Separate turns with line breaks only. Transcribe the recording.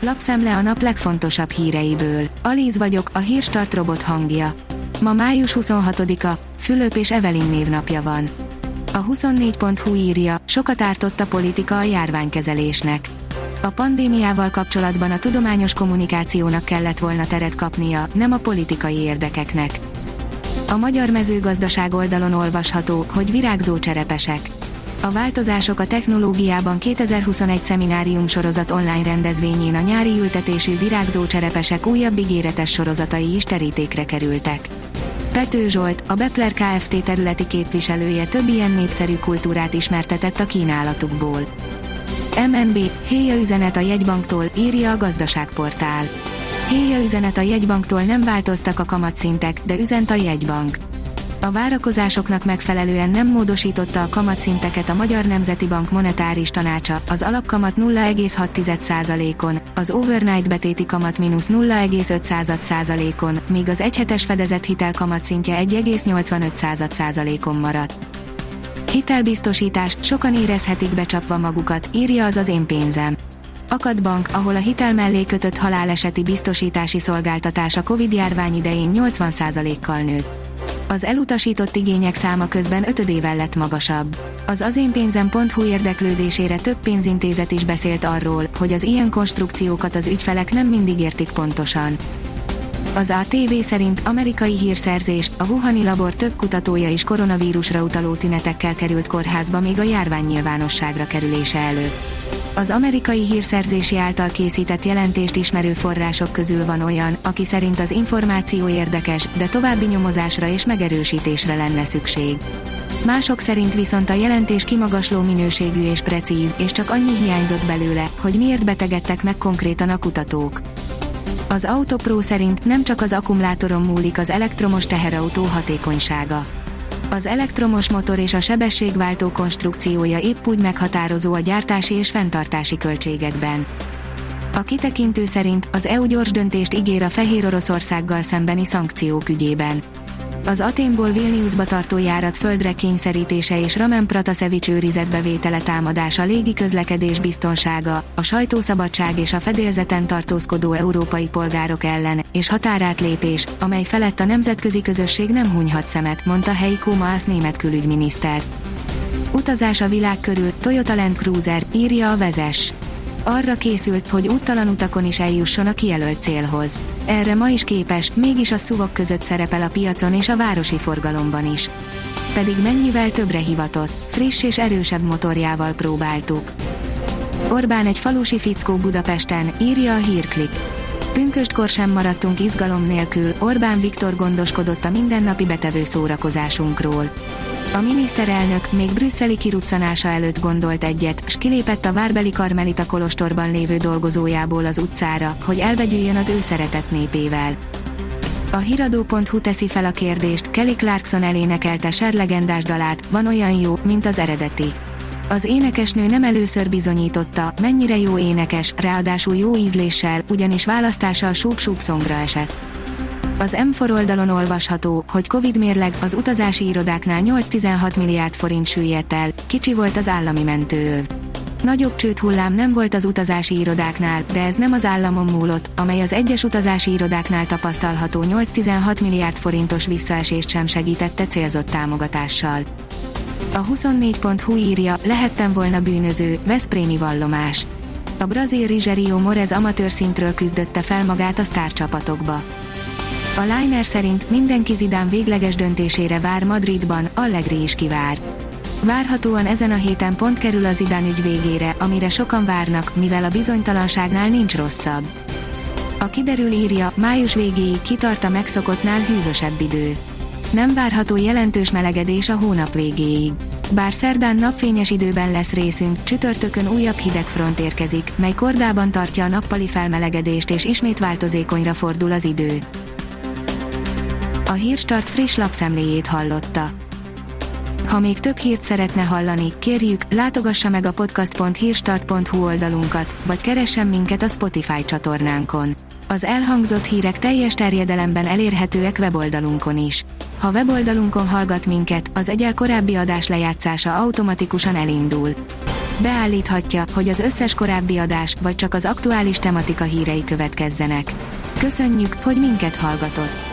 Lapszemle a nap legfontosabb híreiből. Alíz vagyok, a Hírstart robot hangja. Ma május 26-a, Fülöp és Evelyn névnapja van. A 24.hu írja, sokat ártott a politika a járványkezelésnek. A pandémiával kapcsolatban a tudományos kommunikációnak kellett volna teret kapnia, nem a politikai érdekeknek. A Magyar Mezőgazdaság oldalon olvasható, hogy virágzó cserepesek. A változások a technológiában 2021 szeminárium sorozat online rendezvényén a nyári ültetésű virágzó cserepesek újabb ígéretes sorozatai is terítékre kerültek. Pető Zsolt, a Bepler Kft. Területi képviselője több ilyen népszerű kultúrát ismertetett a kínálatukból. MNB, héja üzenet a jegybanktól, írja a gazdaságportál. Héja üzenet a jegybanktól, nem változtak a kamatszintek, de üzent a jegybank. A várakozásoknak megfelelően nem módosította a kamatszinteket a Magyar Nemzeti Bank monetáris tanácsa, az alapkamat 0,6%-on, az overnight betéti kamat -0,5%-on, míg az egyhetes fedezett hitel kamatszintje 1,85%-on maradt. Hitelbiztosítás, sokan érezhetik becsapva magukat, írja az Én pénzem. Akad bank, ahol a hitel mellé kötött haláleseti biztosítási szolgáltatás a Covid-járvány idején 80%-kal nőtt. Az elutasított igények száma közben ötödével lett magasabb. Az azénpénzem.hu érdeklődésére több pénzintézet is beszélt arról, hogy az ilyen konstrukciókat az ügyfelek nem mindig értik pontosan. Az ATV szerint amerikai hírszerzés, a Wuhani labor több kutatója is koronavírusra utaló tünetekkel került kórházba még a járvány nyilvánosságra kerülése előtt. Az amerikai hírszerzési által készített jelentést ismerő források közül van olyan, aki szerint az információ érdekes, de további nyomozásra és megerősítésre lenne szükség. Mások szerint viszont a jelentés kimagasló minőségű és precíz, és csak annyi hiányzott belőle, hogy miért betegedtek meg konkrétan a kutatók. Az Autopro szerint nem csak az akkumulátoron múlik az elektromos teherautó hatékonysága. Az elektromos motor és a sebességváltó konstrukciója épp úgy meghatározó a gyártási és fenntartási költségekben. A kitekintő szerint az EU gyors döntést ígér a Fehér Oroszországgal szembeni szankciók ügyében. Az Athénból Vilniusba tartó járat földre kényszerítése és Ramen Pratasevics őrizetbevétele támadása, légiközlekedés biztonsága, a sajtószabadság és a fedélzeten tartózkodó európai polgárok ellen, és határátlépés, amely felett a nemzetközi közösség nem hunyhat szemet, mondta Heiko Maas német külügyminiszter. Utazás a világ körül, Toyota Land Cruiser, írja a Vezess. Arra készült, hogy úttalan utakon is eljusson a kijelölt célhoz. Erre ma is képes, mégis a SUV-ok között szerepel a piacon és a városi forgalomban is. Pedig mennyivel többre hivatott, friss és erősebb motorjával próbáltuk. Orbán egy falusi fickó Budapesten, írja a Hírklik. Pünköstkor sem maradtunk izgalom nélkül, Orbán Viktor gondoskodott a mindennapi betevő szórakozásunkról. A miniszterelnök még brüsszeli kiruccanása előtt gondolt egyet, s kilépett a várbeli karmelita kolostorban lévő dolgozójából az utcára, hogy elvegyüljön az ő szeretett népével. A hiradó.hu teszi fel a kérdést, Kelly Clarkson elénekelte Cher legendás dalát, van olyan jó, mint az eredeti. Az énekesnő nem először bizonyította, mennyire jó énekes, ráadásul jó ízléssel, ugyanis választása a Shoop Shoop Songra esett. Az M4 oldalon olvasható, hogy Covid mérleg, az utazási irodáknál 8-16 milliárd forint süllyedt el, kicsi volt az állami mentőöv. Nagyobb csődhullám nem volt az utazási irodáknál, de ez nem az államon múlott, amely az egyes utazási irodáknál tapasztalható 8-16 milliárd forintos visszaesést sem segítette célzott támogatással. A 24.hu írja, lehettem volna bűnöző, veszprémi vallomás. A brazil Rogério Moreira amatőr szintről küzdötte fel magát a sztárcsapatokba. A Liner szerint mindenki Zidane végleges döntésére vár Madridban, Allegri is kivár. Várhatóan ezen a héten pont kerül a Zidane ügy végére, amire sokan várnak, mivel a bizonytalanságnál nincs rosszabb. A Kiderül írja, május végéig kitart a megszokottnál hűvösebb idő. Nem várható jelentős melegedés a hónap végéig. Bár szerdán napfényes időben lesz részünk, csütörtökön újabb hideg front érkezik, mely kordában tartja a nappali felmelegedést és ismét változékonyra fordul az idő. A Hírstart friss lapszemléjét hallotta. Ha még több hírt szeretne hallani, kérjük, látogassa meg a podcast.hírstart.hu oldalunkat, vagy keressen minket a Spotify csatornánkon. Az elhangzott hírek teljes terjedelemben elérhetőek weboldalunkon is. Ha weboldalunkon hallgat minket, az egyel korábbi adás lejátszása automatikusan elindul. Beállíthatja, hogy az összes korábbi adás, vagy csak az aktuális tematika hírei következzenek. Köszönjük, hogy minket hallgatott!